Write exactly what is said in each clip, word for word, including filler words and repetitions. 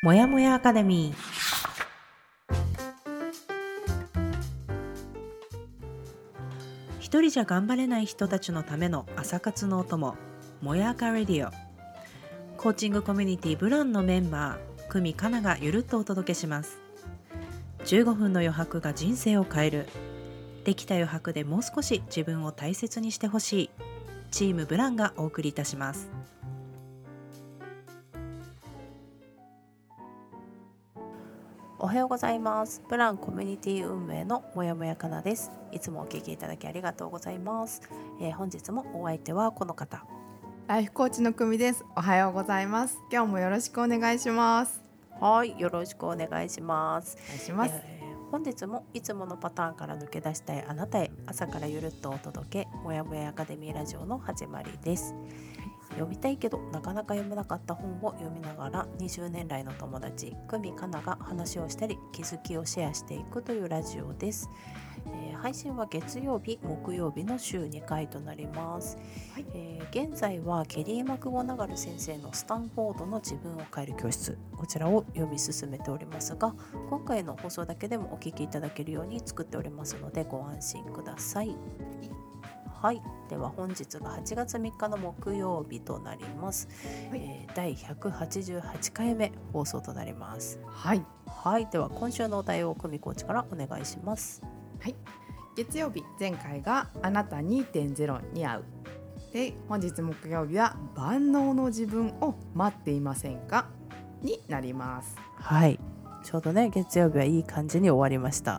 もやもやアカデミー。一人じゃ頑張れない人たちのための朝活のお供、もやアカレディオ。コーチングコミュニティブランのメンバー久美かながゆるっとお届けします。じゅうごふんの余白が人生を変える。できた余白でもう少し自分を大切にしてほしい。チームブランがお送りいたします。おはようございます。ブランコミュニティ運営のもやもやかなです。いつもお聞きいただきありがとうございます。えー、本日もお相手はこの方、 ライフコーチの久美です。おはようございます。今日もよろしくお願いします。 はい、よろしくお願いします。 お願いします。 えー本日もいつものパターンから抜け出したいあなたへ、朝からゆるっとお届け、もやもやアカデミーラジオの始まりです。読みたいけどなかなか読めなかった本を読みながら、にじゅうねん来の友達久美かなが話をしたり気づきをシェアしていくというラジオです。えー、配信は月曜日木曜日の週にかいとなります。はい。えー、現在はケリー・マクゴナガル先生のスタンフォードの自分を変える教室、こちらを読み進めておりますが、今回の放送だけでもお聞きいただけるように作っておりますのでご安心ください。はい、では本日がはちがつみっかの木曜日となります。はい。えー、だいひゃくはちじゅうはちかいめ放送となります。 はい、 はい、では今週のお題を久美コーチからお願いします。 はい、月曜日前回があなた にてんゼロ に合うで、本日木曜日は万能の自分を待っていませんかになります。 はい、ちょうどね月曜日はいい感じに終わりました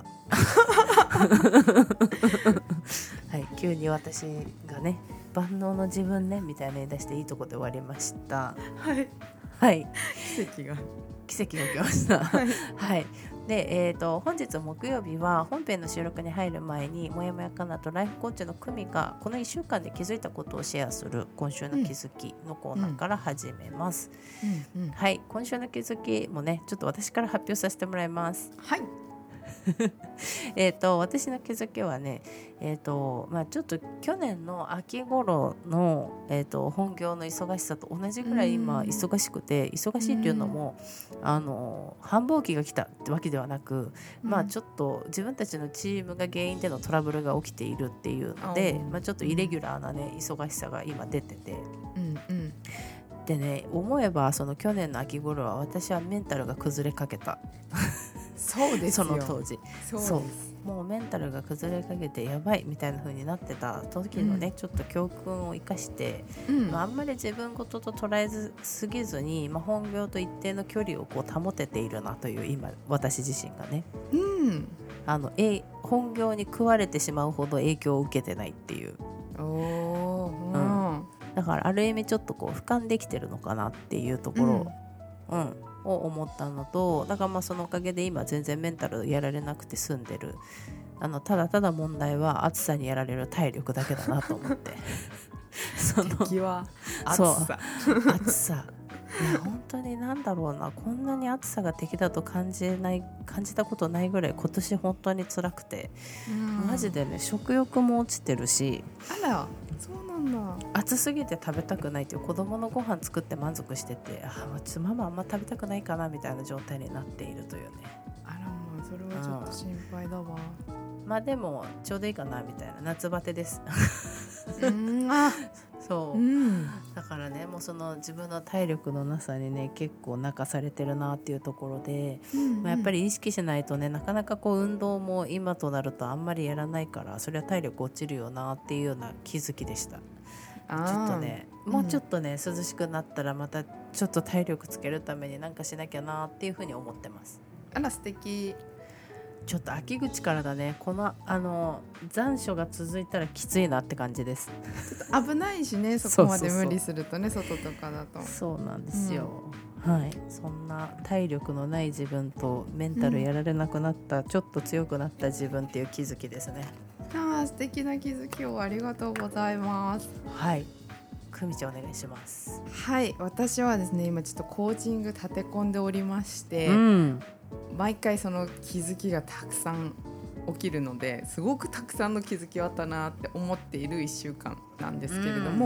はい、急に私がね万能の自分ねみたいな言い出していいとこで終わりました。 はいはい、 奇跡が奇跡が起きましたはい、はい。で、えーと、本日木曜日は本編の収録に入る前にもやもやかなとライフコーチの久美がこのいっしゅうかんで気づいたことをシェアする今週の気づきのコーナーから始めます。うんうん、はい、今週の気づきもねちょっと私から発表させてもらいます。 はいえと私の気づきはね、えーとまあ、ちょっと去年の秋頃の、えーと本業の忙しさと同じぐらい今忙しくて、忙しいっていうのもあの繁忙期が来たってわけではなく、まあ、ちょっと自分たちのチームが原因でのトラブルが起きているっていうので、まあ、ちょっとイレギュラーな、ね、忙しさが今出てて、うんうん、でね思えばその去年の秋頃は私はメンタルが崩れかけたそうですよその当時そうです。 そうもうメンタルが崩れかけてやばいみたいな風になってた時のね、うん、ちょっと教訓を生かして、うんまあ、あんまり自分事と捉えずすぎずに、まあ、本業と一定の距離をこう保てているなという今私自身がね、うん、あのえ本業に食われてしまうほど影響を受けてないっていうお、うんうん、だからある意味ちょっとこう俯瞰できてるのかなっていうところ、うんうんを思ったのと、だからまあそのおかげで今全然メンタルやられなくて済んでる。あのただただ問題は暑さにやられる体力だけだなと思ってその敵は暑さ暑さいや本当になんだろうな、こんなに暑さが敵だと感じない感じたことないぐらい今年本当に辛くて、マジでね食欲も落ちてるし、 あらそうなんだ、 暑すぎて食べたくないっていう子供のご飯作って満足してて、あママあんま食べたくないかなみたいな状態になっているというね。 あらまあそれはちょっと心配だわ、 うん、まあでもちょうどいいかなみたいな夏バテですうんあそう、うん、だからねもうその自分の体力のなさにね結構泣かされてるなっていうところで、うんうんまあ、やっぱり意識しないとねなかなかこう運動も今となるとあんまりやらないから、それは体力落ちるよなっていうような気づきでした。ちょっとねもうちょっとね、うん、涼しくなったらまたちょっと体力つけるためになんかしなきゃなっていうふうに思ってます。 あら素敵。 ちょっと秋口からだね、このあの残暑が続いたらきついなって感じです。 ちょっと危ないしねそこまで無理するとね、そうそうそう外とかだと。 そうなんですよ、うん、はい。そんな体力のない自分とメンタルやられなくなった、うん、ちょっと強くなった自分っていう気づきですね。 あー素敵な気づきをありがとうございます。 はい、久美ちゃんお願いします。 はい、私はですね今ちょっとコーチング立て込んでおりまして、うん、毎回その気づきがたくさん起きるのですごくたくさんの気づきはあったなって思っているいっしゅうかんなんですけれども、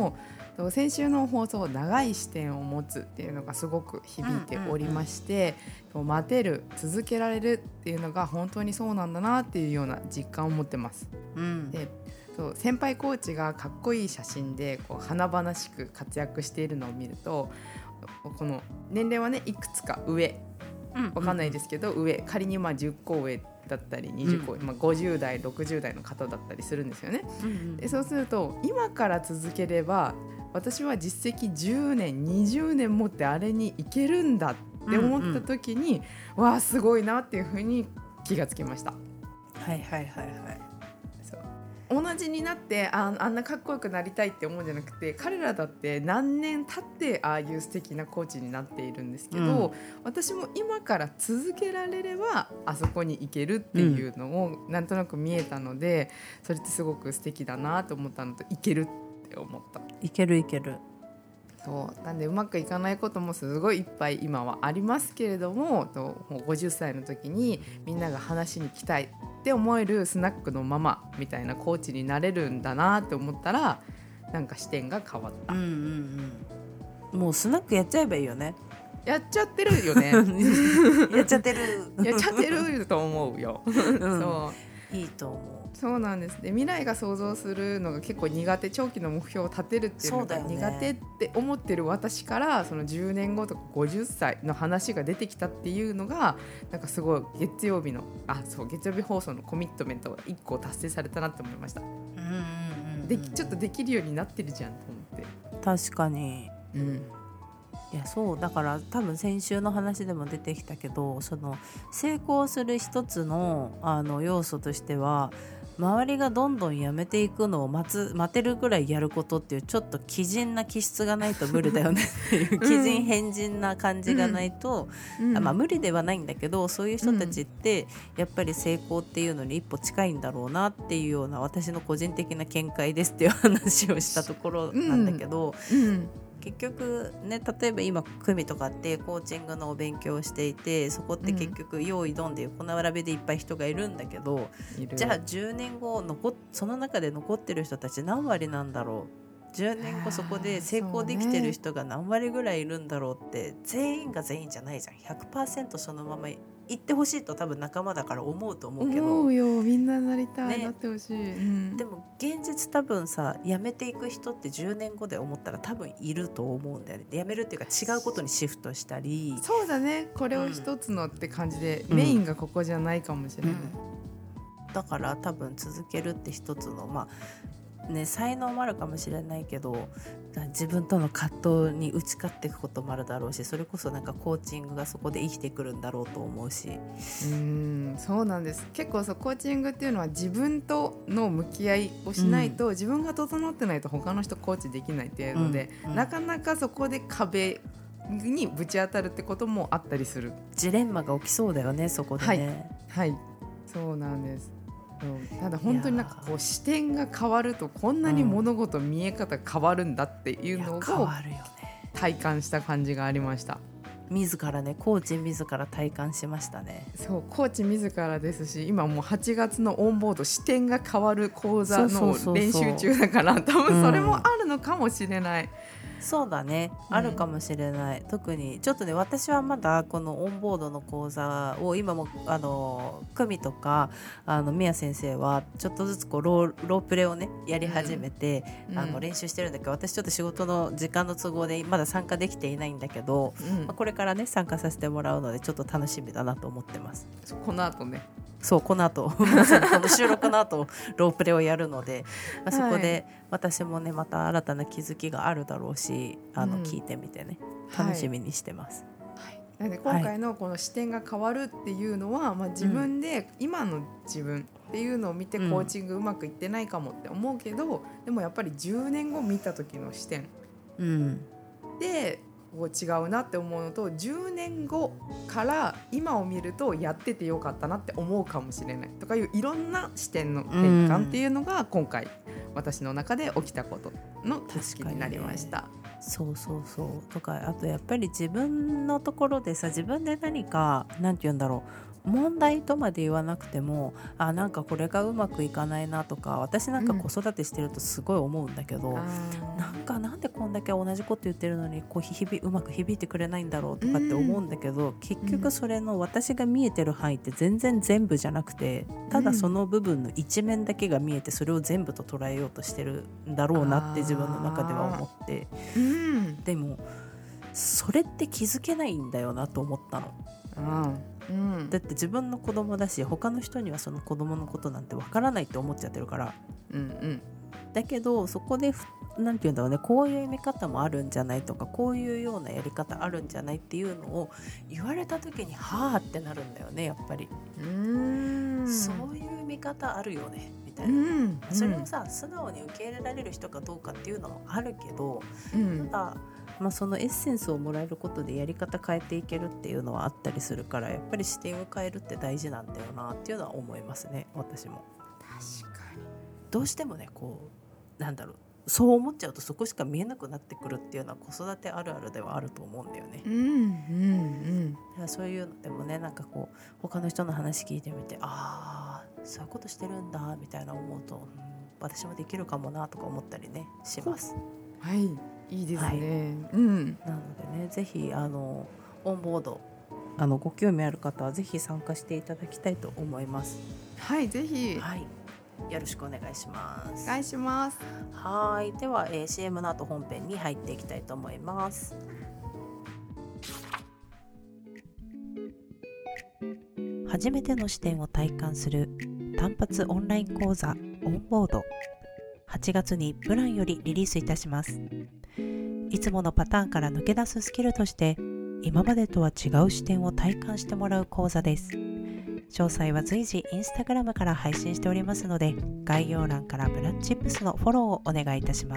先週の放送長い視点を持つっていうのがすごく響いておりまして、うんうんうん、待てる続けられるっていうのが本当にそうなんだなっていうような実感を持ってます、うん、でそう先輩コーチがかっこいい写真でこう華々しく活躍しているのを見ると、この年齢はねいくつか上わかんないですけど、うんうん、上仮にまあじゅっこ上だったりにじゅっこ、うんまあ、ごじゅう代ろくじゅう代の方だったりするんですよね、うんうん、でそうすると今から続ければ私は実績じゅうねんにじゅうねん持ってあれにいけるんだって思った時に、うんうん、わあすごいなっていうふうに気がつきました。 はいはいはいはい同じになって あ, あんなかっこよくなりたいって思うんじゃなくて、彼らだって何年経ってああいう素敵なコーチになっているんですけど、うん、私も今から続けられればあそこに行けるっていうのをなんとなく見えたので、うん、それってすごく素敵だなと思ったのと、いけるって思った。 いけるいける。 そうなんでうまくいかないこともすごいいっぱい今はありますけれども、ともうごじゅっさいの時にみんなが話に来たいって思えるスナックのママみたいなコーチになれるんだなって思ったら、なんか視点が変わった、うんうんうん、もうスナックやっちゃえばいいよね。 やっちゃってるよねやっちゃってるやっちゃってると思うよ、うん、 そういいと思う。 そうなんです。で未来が想像するのが結構苦手、長期の目標を立てるっていうのが苦手って思ってる私から、そのじゅうねんごとかごじゅっさいの話が出てきたっていうのがなんかすごい月曜日のあそう月曜日放送のコミットメントがいっこ達成されたなって思いました。うんうんうん、でちょっとできるようになってるじゃんと思って。 確かに、うん、いやそうだから多分先週の話でも出てきたけど、その成功する一つの、あの要素としては周りがどんどんやめていくのを待つ待てるぐらいやることっていう、ちょっと奇人な気質がないと無理だよねっていう奇人変人な感じがないと、うんまあ、無理ではないんだけど、そういう人たちってやっぱり成功っていうのに一歩近いんだろうなっていうような、私の個人的な見解ですっていう話をしたところなんだけど、うんうん結局ね、例えば今組とかってコーチングのお勉強をしていて、そこって結局用意どんで横並びでいっぱい人がいるんだけど、じゃあじゅうねんご残その中で残ってる人たち何割なんだろう、じゅうねんごそこで成功できてる人が何割ぐらいいるんだろうって、全員が全員じゃないじゃん。 ひゃくパーセント そのまま行ってほしいと多分仲間だから思うと思うけど、 思うよ、みんななりたい、ね、なってほしい、うん、でも現実多分さ辞めていく人ってじゅうねんごで思ったら多分いると思うんだよね。辞めるっていうか違うことにシフトしたり。 そうだね、これを一つのって感じで、うん、メインがここじゃないかもしれない、 うん、だから多分続けるって一つのまあね、才能もあるかもしれないけど、自分との葛藤に打ち勝っていくこともあるだろうし、それこそなんかコーチングがそこで生きてくるんだろうと思うし。うーんそうなんです。結構そうコーチングっていうのは自分との向き合いをしないと、うん、自分が整ってないと他の人コーチできないっていうので、うんうん、なかなかそこで壁にぶち当たるってこともあったりする。 ジレンマが起きそうだよね、そこでね。 はい、はい、そうなんです。ただ本当になんかこう視点が変わるとこんなに物事見え方変わるんだっていうのを体感した感じがありました。 自らね、コーチ自ら体感しましたね。 そうコーチ自らですし、今もうはちがつのオンボード視点が変わる講座の練習中だから、多分それもあるのかもしれない、うんそうだね、あるかもしれない、うん、特にちょっとね、私はまだこのオンボードの講座を今もあの久美とかあの宮先生はちょっとずつこうロー、ロープレをねやり始めて、うん、あの練習してるんだけど、私ちょっと仕事の時間の都合でまだ参加できていないんだけど、うんまあ、これからね参加させてもらうのでちょっと楽しみだなと思ってます。 この後ねそうこの後まさにこの収録の後ロープレをやるので、まあ、そこで私もねまた新たな気づきがあるだろうし、あの、うん、聞いてみてね楽しみにしてます、 はいはい、なので今回のこの視点が変わるっていうのは、はいまあ、自分で今の自分っていうのを見てコーチングうまくいってないかもって思うけど、うん、でもやっぱりじゅうねんご見た時の視点、うん、でこう違うなって思うのと、じゅうねんごから今を見るとやっててよかったなって思うかもしれないとかいういろんな視点の転換っていうのが今回私の中で起きたことの気づきになりました、ね、 そうそうそうとか、あとやっぱり自分のところでさ、自分で何かなんて言うんだろ問題とまで言わなくても、あ、なんかこれがうまくいかないなとか、私なんか子育てしてるとすごい思うんだけど、 あなんかなんでこんだけ同じこと言ってるのにこう日々うまく響いてくれないんだろうとかって思うんだけど、結局それの私が見えてる範囲って全然全部じゃなくて、ただその部分の一面だけが見えて、それを全部と捉えようとしてるんだろうなって自分の中では思って、 ーうんでもそれって気づけないんだよなと思ったの。 あーうんだって自分の子供だし、他の人にはその子供のことなんてわからないって思っちゃってるから。 うんうんだけどそこでふなんていうんだろうね、こういう見方もあるんじゃないとか、こういうようなやり方あるんじゃないっていうのを言われた時にはあってなるんだよね、やっぱり。 うーんそういう見方あるよねみたういな、 んそれをさ素直に受け入れられる人かどうかっていうのもあるけど、 うんただ、まあ、そのエッセンスをもらえることでやり方変えていけるっていうのはあったりするから、やっぱり視点を変えるって大事なんだよなっていうのは思いますね、私も。 確かにどうしてもね、こうなんだろう、そう思っちゃうとそこしか見えなくなってくるっていうのは子育てあるあるではあると思うんだよね。 うんうんだからそういうのでもね、なんかこう他の人の話聞いてみて、ああそういうことしてるんだみたいな思うと、うん、私もできるかもなとか思ったりねします。 うんはいいいですね、 はいうんなのでね、ぜひあのオンボード、あのご興味ある方はぜひ参加していただきたいと思います。 はいぜひはい、よろしくお願いしますお。願いします。 はい、では、えー シーエム の後本編に入っていきたいと思います。初めての視点を体感する単発オンライン講座オンボード、はちがつにプランよりリリースいたします。いつものパターンから抜け出すスキルとして、今までとは違う視点を体感してもらう講座です。詳細は随時インスタグラムから配信しておりますので、概要欄からブラッチップスのフォローをお願いいたします。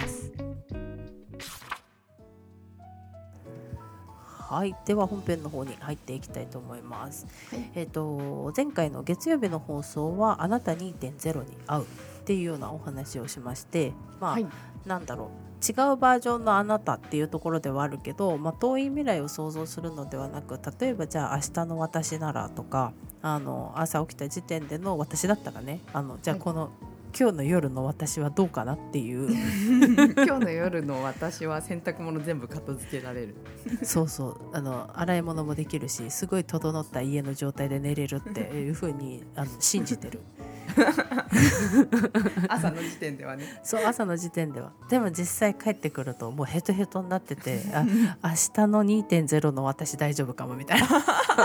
はい、では本編の方に入っていきたいと思います。 はいえっと前回の月曜日の放送はあなた にてんゼロ に合うっていうようなお話をしまして、まあ、 はいなんだろう、違うバージョンのあなたっていうところではあるけど、まあ、遠い未来を想像するのではなく、例えばじゃあ明日の私ならとか、あの朝起きた時点での私だったらね、あのじゃあはいこの、今日の夜の私はどうかなっていう今日の夜の私は洗濯物全部片付けられるそうそう、あの洗い物もできるし、すごい整った家の状態で寝れるっていう風にあの信じてる朝の時点ではねそう、朝の時点では。でも実際帰ってくるともうヘトヘトになってて、あ、明日の にてんゼロ の私大丈夫かもみたいな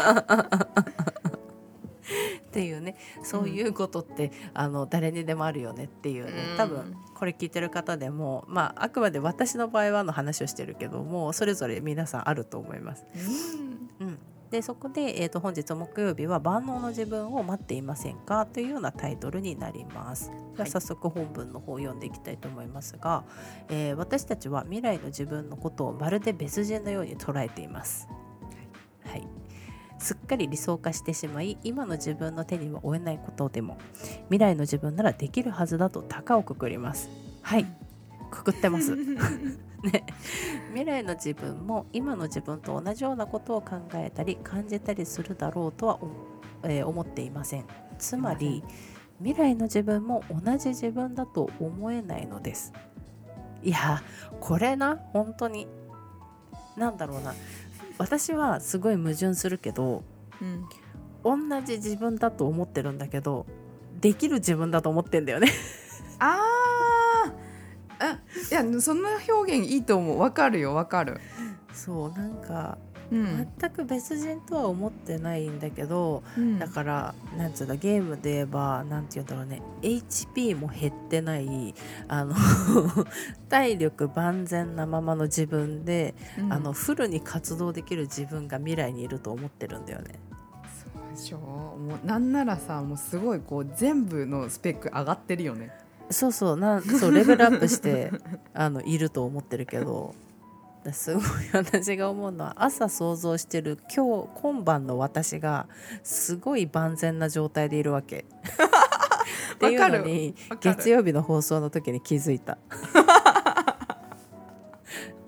っていうね、そういうことって、うん、あの誰にでもあるよねっていうね、多分これ聞いてる方でも、まあ、あくまで私の場合はの話をしてるけども、それぞれ皆さんあると思います。うん、うん、でそこで、えーと、本日木曜日は万能の自分を待っていませんかというようなタイトルになります。では早速本文の方を読んでいきたいと思いますが、えー、私たちは未来の自分のことをまるで別人のように捉えています。はい、すっかり理想化してしまい、今の自分の手には負えないことでも未来の自分ならできるはずだと高をくくります。はい、くくってますね、未来の自分も今の自分と同じようなことを考えたり感じたりするだろうとは、えー、思っていません。つまり未来の自分も同じ自分だと思えないのです。いやこれな、本当になんだろうな、私はすごい矛盾するけど、うん、同じ自分だと思ってるんだけど、できる自分だと思ってんだよねああ、いやその表現いいと思う。わかるよわかる。 そうなんか、 うん、 全く別人とは思ってないんだけど、うん、だからなんつうの、ゲームで言えばなんて言うんだろうね、 エイチピー も減ってないあの体力万全なままの自分で、うん、あのフルに活動できる自分が未来にいると思ってるんだよね。 そうでしょ。もうなんならさ、もうすごいこう全部のスペック上がってるよね。 そうそう、なそうレベルアップしてあのいると思ってるけど、すごい私が思うのは、朝想像してる今日今晩の私がすごい万全な状態でいるわけっていうのに月曜日の放送の時に気づいた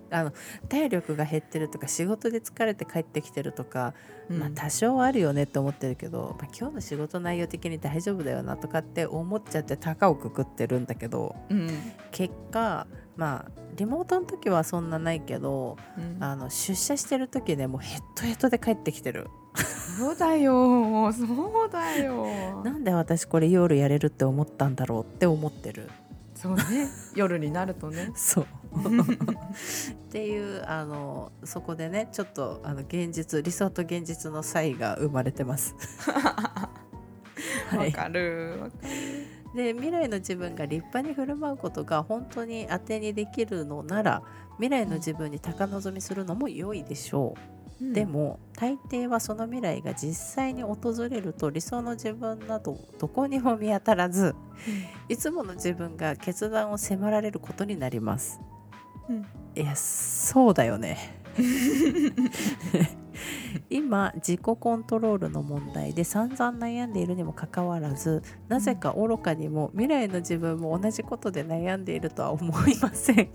あの体力が減ってるとか仕事で疲れて帰ってきてるとか、 うんまあ、多少あるよねって思ってるけど、まあ、今日の仕事内容的に大丈夫だよなとかって思っちゃって高をくくってるんだけど、 うん結果まあリモートの時はそんなないけど、 うんあの出社してる時ねもうヘッドヘッドで帰ってきてる。 そうだよそうだよなんで私これ夜やれるって思ったんだろうって思ってる。 そうね夜になるとねそうっていうあのそこでねちょっとあの現実理想と現実の差異が生まれてますわはいかるわかるで未来の自分が立派に振る舞うことが本当に当てにできるのなら未来の自分に高望みするのも良いでしょう、 うんでも大抵はその未来が実際に訪れると理想の自分などどこにも見当たらずいつもの自分が決断を迫られることになります。 うんいやそうだよね今自己コントロールの問題で散々悩んでいるにもかかわらずなぜか愚かにも未来の自分も同じことで悩んでいるとは思いません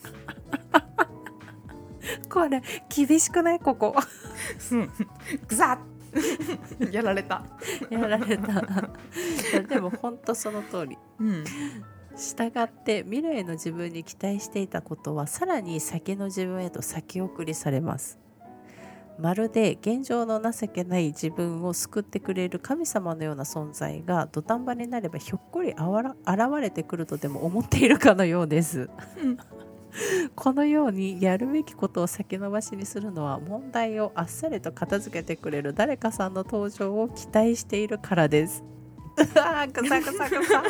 これ厳しくないここうんぐさっやられたやられたいやでも本当その通り。 うんしたがって未来の自分に期待していたことはさらに先の自分へと先送りされます。まるで現状の情けない自分を救ってくれる神様のような存在が土壇場になればひょっこりあわら現れてくるとでも思っているかのようですこのようにやるべきことを先延ばしにするのは問題をあっさりと片付けてくれる誰かさんの登場を期待しているからです。うわーぐさぐさぐさ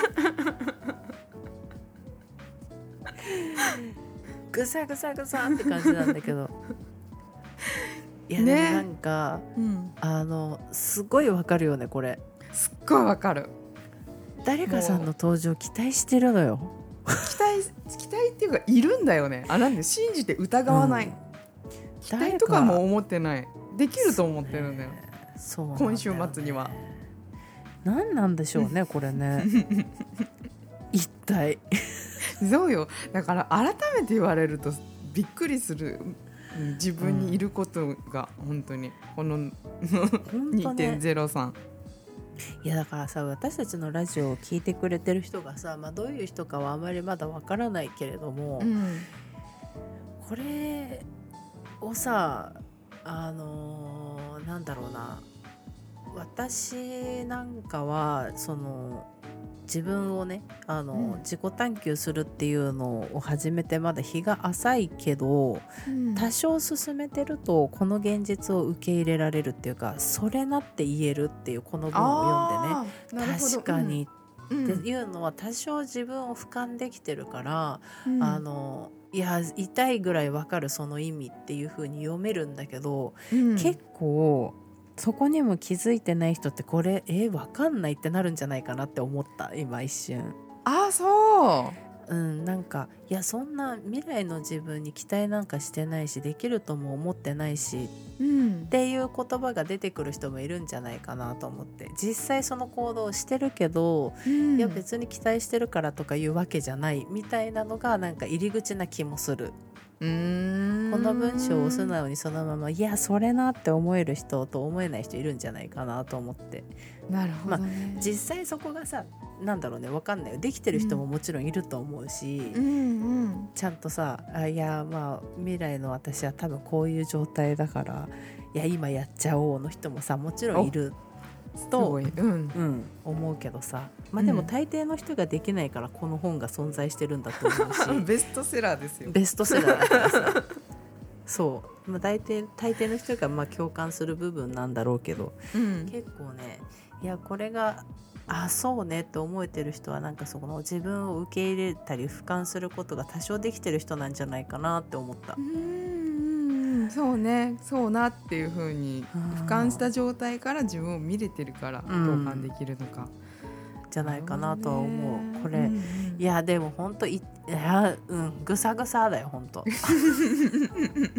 ぐさぐさぐさって感じなんだけどいやでもねなんか、 うんあのすごいわかるよねこれ。 すっごいわかる誰かさんの登場期待してるのよ。 期待期待っていうかいるんだよね。あなんで信じて疑わない、 うん期待とかも思ってないできると思ってるんだよ。 そうなんだよね今週末には何なんでしょうねこれね一体そうよだから改めて言われるとびっくりするうん自分にいることが本当にこの本当ねにてんゼロさんいやだからさ私たちのラジオを聞いてくれてる人がさ、まあ、どういう人かはあまりまだわからないけれども、 うんこれをさあのーなんだろうな私なんかはその自分をねあの、 うん自己探求するっていうのを始めてまだ日が浅いけどうん多少進めてるとこの現実を受け入れられるっていうかそれなって言えるっていうこの文を読んでねあーなるほど確かにうんっていうのは多少自分を俯瞰できてるから、 うんあのいや痛いぐらい分かるその意味っていう風に読めるんだけど、 うん結構そこにも気づいてない人ってこれえ分かんないってなるんじゃないかなって思った今一瞬。 あそうんなんかいやそんな未来の自分に期待なんかしてないしできるとも思ってないしう、うんっていう言葉が出てくる人もいるんじゃないかなと思って実際その行動をしてるけど、 うんいや別に期待してるからとかいうわけじゃないみたいなのがなんか入り口な気もする。 うーんこの文章を素直にそのままいやそれなって思える人と思えない人いるんじゃないかなと思って、 なるほどね、 実際そこがさなんだろうね分かんないよできてる人ももちろんいると思うし、 うんうんちゃんとさあいやまあ未来の私は多分こういう状態だからいや今やっちゃおうの人もさもちろんいるすとごいうんうん、思うけどさまあでもうん大抵の人ができないからこの本が存在してるんだと思うしベストセラーですよベストセラーだからさそう、まあ、大抵大抵の人がまあ共感する部分なんだろうけどうん結構ねいやこれがあそうねって思えてる人はなんかそこの自分を受け入れたり俯瞰することが多少できてる人なんじゃないかなって思ったう。んうんそうねそうなっていう風に俯瞰した状態から自分を見れてるからうん共感できるのか、 じゃないかなとは思う。これ、 うんうんいやでも本当いいやうんぐさぐさだよ本当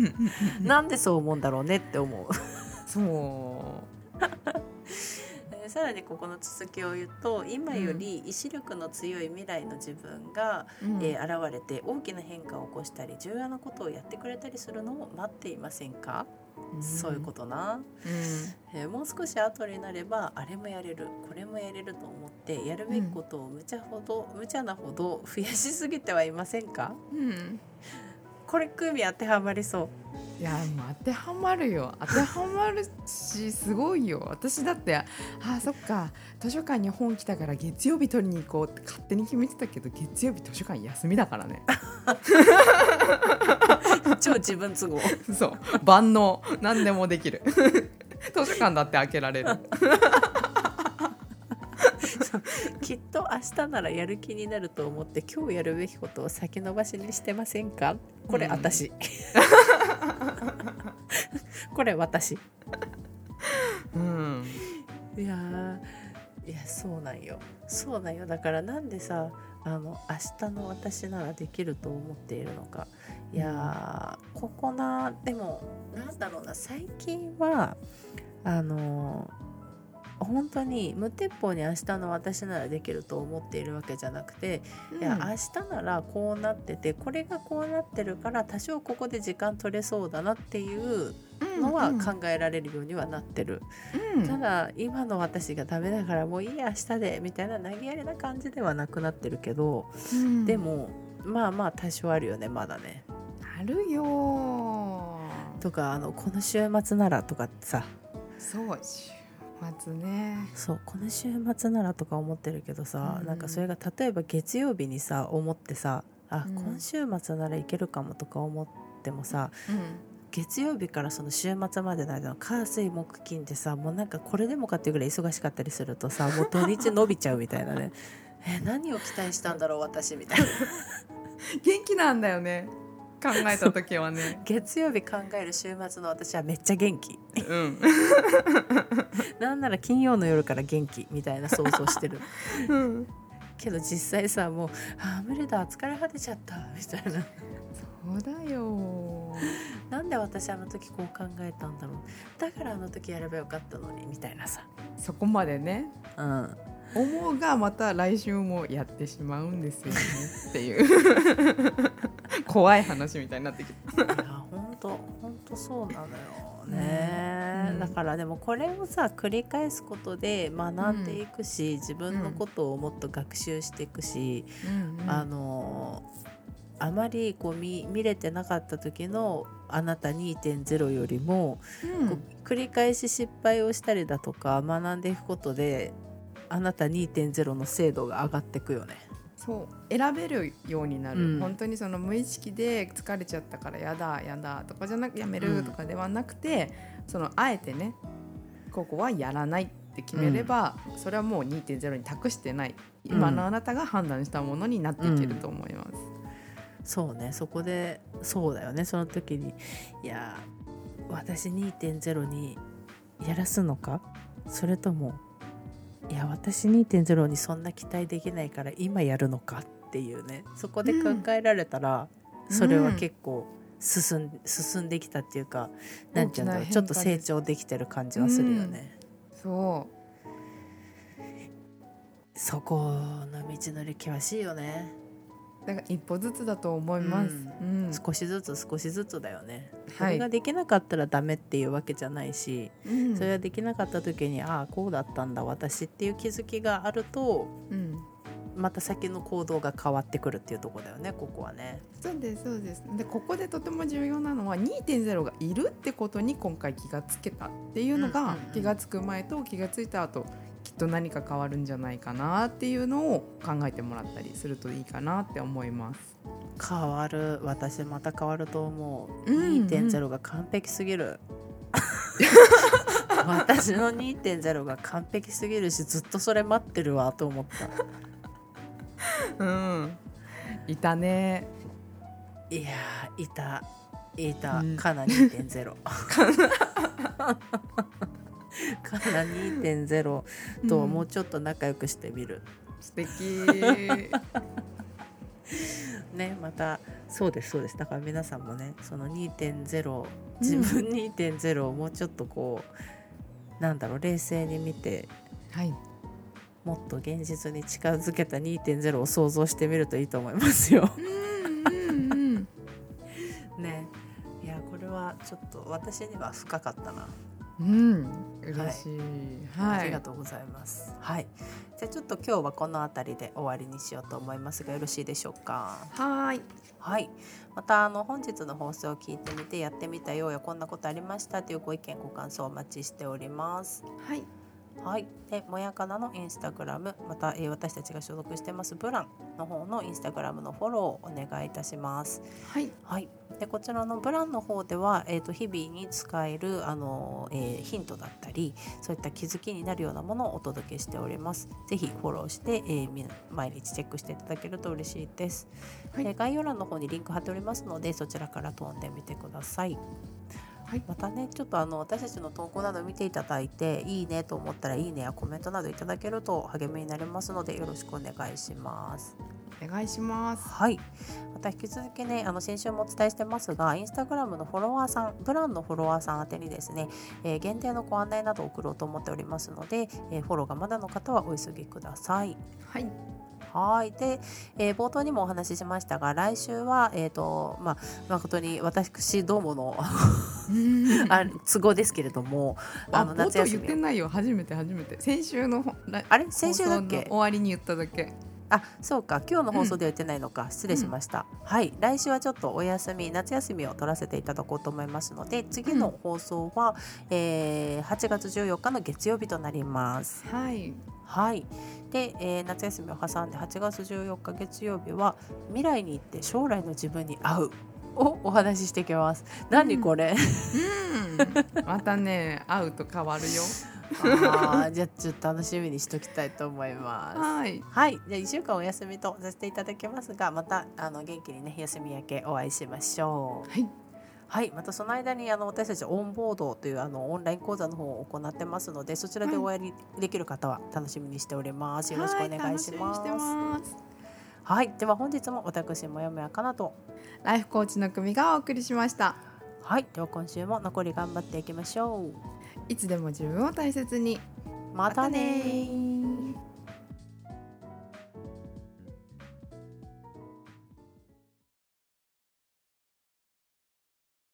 なんでそう思うんだろうねって思うそう最さらにここの続きを言うと、今より意志力の強い未来の自分が、 うんえー現れて大きな変化を起こしたり重要なことをやってくれたりするのを待っていませんか？ うんそういうことな、 うんえーもう少し後になればあれもやれるこれもやれると思ってやるべきことを無茶ほど、無茶なほど増やしすぎてはいませんか？ うんこれクミ当てはまりそう。 いやもう当てはまるよ、当てはまるしすごいよ。私だってあーそっか図書館に本来たから月曜日取りに行こうって勝手に決めてたけど、月曜日図書館休みだからね超自分都合そう万能、何でもできる図書館だって開けられるきっと明日ならやる気になると思って今日やるべきことを先延ばしにしてませんか？これうん私、これ私。 うんいやーいやそうなんよそうなんよ。だからなんでさ、あの明日の私ならできると思っているのか。いやーここな、でもなんだろうな、最近はあのー本当に無鉄砲に明日の私ならできると思っているわけじゃなくて、いや明日ならこうなっててこれがこうなってるから多少ここで時間取れそうだなっていうのは考えられるようにはなってる、 うんうんただ今の私がダメだからもういいや明日でみたいな投げやりな感じではなくなってるけど、 うんでもまあまあ多少あるよねまだね。 あるよとかあのこの週末ならとかってさ、 そう週末ねそうこの週末ならとか思ってるけどさ、 うんなんかそれが例えば月曜日にさ思ってさあ、 うん今週末ならいけるかもとか思ってもさ、 うん月曜日からその週末までの間の火水木金でさ、もうなんかこれでもかっていうぐらい忙しかったりするとさ、もう土日伸びちゃうみたいなねえ何を期待したんだろう私みたいな元気なんだよね考えた時はね月曜日考える週末の私はめっちゃ元気うんなんなら金曜の夜から元気みたいな想像してるうんけど実際さもうあー無理だ疲れ果てちゃったみたいなそうだよなんで私あの時こう考えたんだろう、だからあの時やればよかったのにみたいなさ、 そこまでねうん思うがまた来週もやってしまうんですよねっていう怖い話みたいになってきた。 いや本当本当そうなのよね、 うんだからでもこれをさ繰り返すことで学んでいくし、自分のことをもっと学習していくし、 うんうんあのあまりこう 見, 見れてなかった時のあなた にてんゼロ よりも、 うんこう繰り返し失敗をしたりだとか学んでいくことであなた にてんゼロ の精度が上がっていくよね。 そう選べるようになる、 うん本当にその無意識で疲れちゃったからやだやだとかじゃなくやめるとかではなくて、そのあえてねここはやらないって決めれば、それはもう にてんゼロ に託してない今のあなたが判断したものになっていけると思います、 そうね、そこでそうだよね、その時にいや私 にてんゼロ にやらすのか、それともいや私 にてんゼロ にそんな期待できないから今やるのかっていうね、そこで考えられたら、 うん、 それは結構進ん、進んできたっていうか、なんていうんだろう、ちょっと成長できてる感じはするよね、 うん、そうそこの道のり険しいよね。 だから一歩ずつだと思います、 うんうん、 少しずつ少しずつだよね、 はい、 それができなかったらダメっていうわけじゃないし、 うん、 それができなかった時にああこうだったんだ私っていう気づきがあると、 うん、 また先の行動が変わってくるっていうところだよね、ここはね。 そうですそうです。でここでとても重要なのは にてんゼロ がいるってことに今回気がつけたっていうのが、 うんうんうん、 気がつく前と気がついた後きっと何か変わるんじゃないかなっていうのを考えてもらったりするといいかなって思います。 変わる、私また変わると思う、 うんうん、 にてんゼロ が完璧すぎる私の にてんゼロ が完璧すぎるしずっとそれ待ってるわと思ったうんいたね。 いやーいたいた、 うん、 かな にてんゼロ かな にてんゼロ ともうちょっと仲良くしてみる、 うん、素敵ね、またそうですそうです。だから皆さんもねその にてんゼロ 自分 にてんゼロ をもうちょっとこうなんだろう冷静に見てはい、 もっと現実に近づけた にてんゼロ を想像してみるといいと思いますよ。 うんうんうんね、いやこれはちょっと私には深かったな。 うん、嬉しい、はい、 ありがとうございます。はい、じゃあちょっと今日はこのあたりで終わりにしようと思いますがよろしいでしょうか。 はい、 はい、またあの本日の放送を聞いてみてやってみたようやこんなことありましたというご意見ご感想お待ちしております。 はい、 はい、でもやかなのインスタグラムまた、えー私たちが所属してますブランの方のインスタグラムのフォローをお願いいたします。 はい、 はい、でこちらのブランの方では、えー、と日々に使えるあの、えーヒントだったりそういった気づきになるようなものをお届けしております。ぜひフォローして、えーみ毎日チェックしていただけると嬉しいです。 はいで概要欄の方にリンク貼っておりますのでそちらから飛んでみてください。 はい、 またねちょっとあの私たちの投稿など見ていただいていいねと思ったらいいねやコメントなどいただけると励みになりますのでよろしくお願いします。 お願いします。 はい、また引き続きねあの先週もお伝えしてますがインスタグラムのフォロワーさんブランのフォロワーさん宛てにですね、えー限定のご案内などを送ろうと思っておりますので、えーフォローがまだの方はお急ぎください。 はい、 はいで、えー冒頭にもお話ししましたが来週は、えーとまあ、誠に私どものあ都合ですけれどもあ、 あの冒頭夏休みを言ってないよ、初めて初めて先週のほらあれ先週だっ放送のけ終わりに言っただけ。 あ、そうか今日の放送では言ってないのか、失礼しました、はい来週はちょっとお休み夏休みを取らせていただこうと思いますので次の放送は、えーはちがつじゅうよっかの月曜日となります。 はい、 はいで、えー夏休みを挟んではちがつじゅうよっか月曜日は未来に行って将来の自分に会うをお話ししていきます。何これ、 うん、またね会うと変わるよ。 あーじゃあちょっと楽しみにしときたいと思います。 はい、 はい、じゃあいっしゅうかんお休みとさせていただきますがまたあの元気にね休み明けお会いしましょう。 はい、 はいまたその間にあの私たちオンボードというあのオンライン講座の方を行ってますのでそちらでお会いできる方は楽しみにしております。よろしくお願いします。 はい、楽しみにしてます。 はい、では本日も私もやもやかなとライフコーチの久美がお送りしました。 はいでは今週も残り頑張っていきましょう。 いつでも自分を大切に。 またねー。